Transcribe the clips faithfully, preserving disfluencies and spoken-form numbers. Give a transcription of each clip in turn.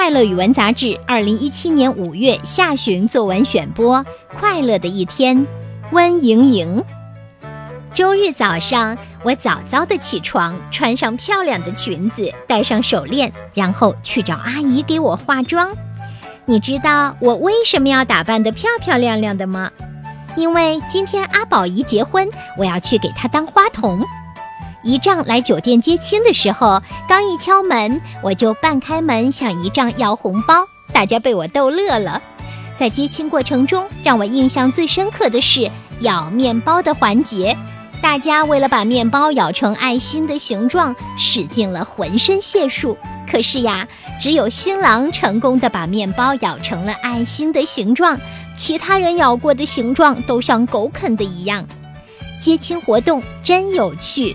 快乐语文杂志二零一七年五月下旬作文选播，快乐的一天，温莹莹。周日早上，我早早的起床，穿上漂亮的裙子，戴上手链，然后去找阿姨给我化妆。你知道我为什么要打扮得漂漂亮亮的吗？因为今天阿宝姨结婚，我要去给她当花童。姨丈来酒店接亲的时候，刚一敲门，我就半开门向姨丈要红包，大家被我逗乐了。在接亲过程中，让我印象最深刻的是咬面包的环节。大家为了把面包咬成爱心的形状，使尽了浑身解数。可是呀，只有新郎成功地把面包咬成了爱心的形状，其他人咬过的形状都像狗啃的一样。接亲活动真有趣。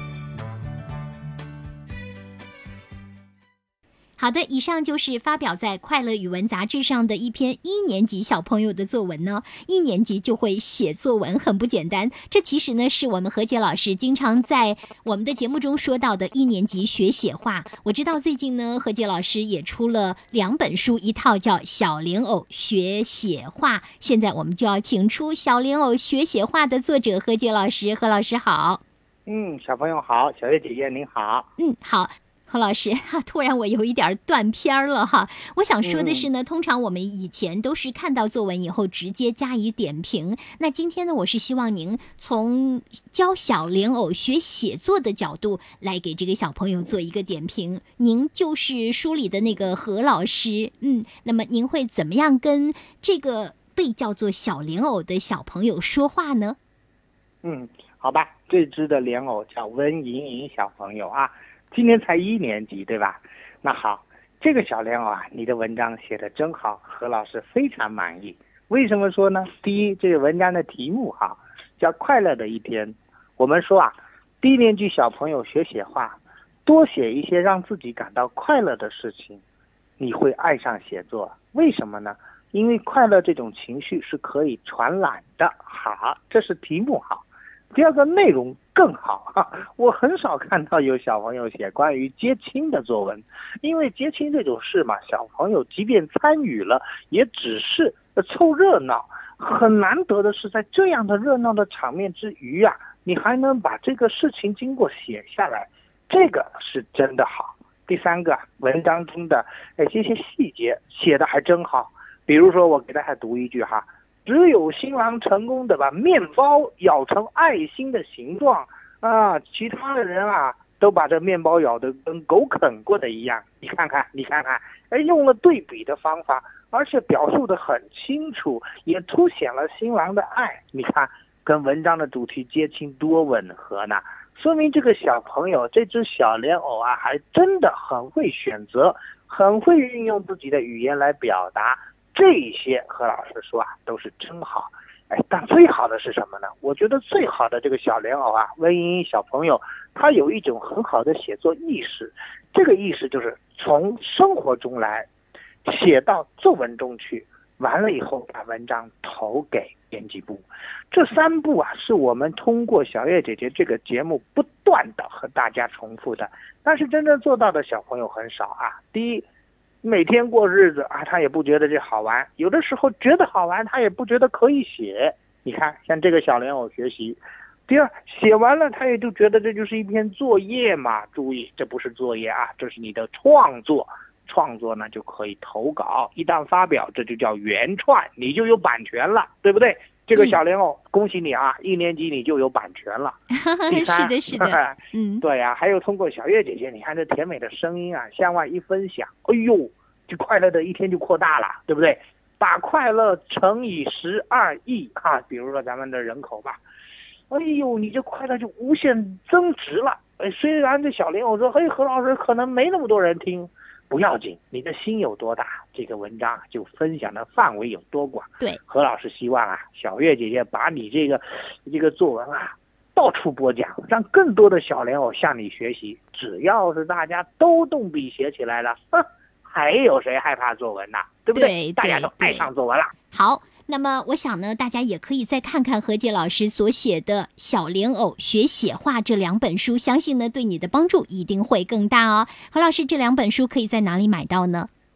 好的，以上就是发表在快乐语文杂志上的一篇一年级小朋友的作文呢。一年级就会写作文，很不简单。这其实呢，是我们何洁老师经常在我们的节目中说到的一年级学写画。我知道最近呢，何洁老师也出了两本书，一套叫《小莲藕学写画》。现在我们就要请出《小莲藕学写画》的作者何洁老师。何老师好。 嗯，小朋友好，小月姐姐您好。 嗯，好。何老师，突然我有一点断片了哈。我想说的是呢，嗯、通常我们以前都是看到作文以后直接加以点评。那今天呢，我是希望您从教小莲藕学写作的角度来给这个小朋友做一个点评。您就是书里的那个何老师，嗯，那么您会怎么样跟这个被叫做小莲藕的小朋友说话呢？ 嗯，好吧，这只的莲藕叫温莹莹小朋友啊。今年才一年级，对吧？那好，这个小莲藕啊，你的文章写得真好，何老师非常满意。为什么说呢？第一，这个文章的题目哈，叫《快乐的一天》。我们说啊，低年级小朋友学写画，多写一些让自己感到快乐的事情，你会爱上写作。为什么呢？因为快乐这种情绪是可以传染的。好，这是题目好。第二个内容更好啊！我很少看到有小朋友写关于接亲的作文，因为接亲这种事嘛，小朋友即便参与了，也只是凑热闹。很难得的是，在这样的热闹的场面之余啊，你还能把这个事情经过写下来，这个是真的好。第三个，文章中的哎这些细节写的还真好，比如说我给大家读一句哈。只有新郎成功的把面包咬成爱心的形状啊，其他的人啊都把这面包咬得跟狗啃过的一样。你看看，你看看，哎，用了对比的方法，而且表述得很清楚，也凸显了新郎的爱。你看，跟文章的主题接亲多吻合呢，说明这个小朋友这只小莲藕啊，还真的很会选择，很会运用自己的语言来表达。这些何老师说啊，都是真好，哎，但最好的是什么呢？我觉得最好的这个小莲藕啊，温莹莹小朋友，他有一种很好的写作意识，这个意识就是从生活中来，写到作文中去，完了以后把文章投给编辑部。这三步啊，是我们通过小月姐姐这个节目不断的和大家重复的，但是真正做到的小朋友很少啊。第一，每天过日子啊，他也不觉得这好玩，有的时候觉得好玩，他也不觉得可以写。你看，像这个小莲藕学习。第二，写完了他也就觉得这就是一篇作业嘛。注意，这不是作业啊，这是你的创作。创作呢就可以投稿，一旦发表，这就叫原创，你就有版权了，对不对？这个小莲藕，嗯、恭喜你啊，一年级你就有版权了。第三， 是的，是的，嗯， 对呀、啊，还有通过小月姐姐，你看这甜美的声音啊，向外一分享，哎呦，这快乐的一天就扩大了，对不对？把快乐乘以十二亿啊，比如说咱们的人口吧，哎呦，你这快乐就无限增值了。哎，虽然这小莲藕说，嘿，何老师可能没那么多人听。不要紧，你的心有多大，这个文章就分享的范围有多广。 对， 何老师希望啊，小月姐姐把你这个这个作文啊到处播讲，让更多的小莲藕向你学习。只要是大家都动笔写起来了，哼，还有谁害怕作文呢？对不对？ 对， 大家都爱上作文了。 好。那么我想呢，大家也可以再看看何洁老师所写的《小莲藕学写画》这两本书，相信呢对你的帮助一定会更大哦。何老师，这两本书可以在哪里买到呢？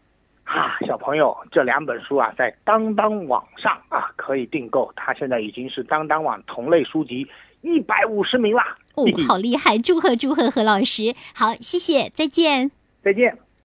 啊，小朋友，这两本书啊，在当当网上啊可以订购，它现在已经是当当网同类书籍一百五十名啦。 哦，好厉害！祝贺祝贺何老师，好，谢谢，再见， 再见。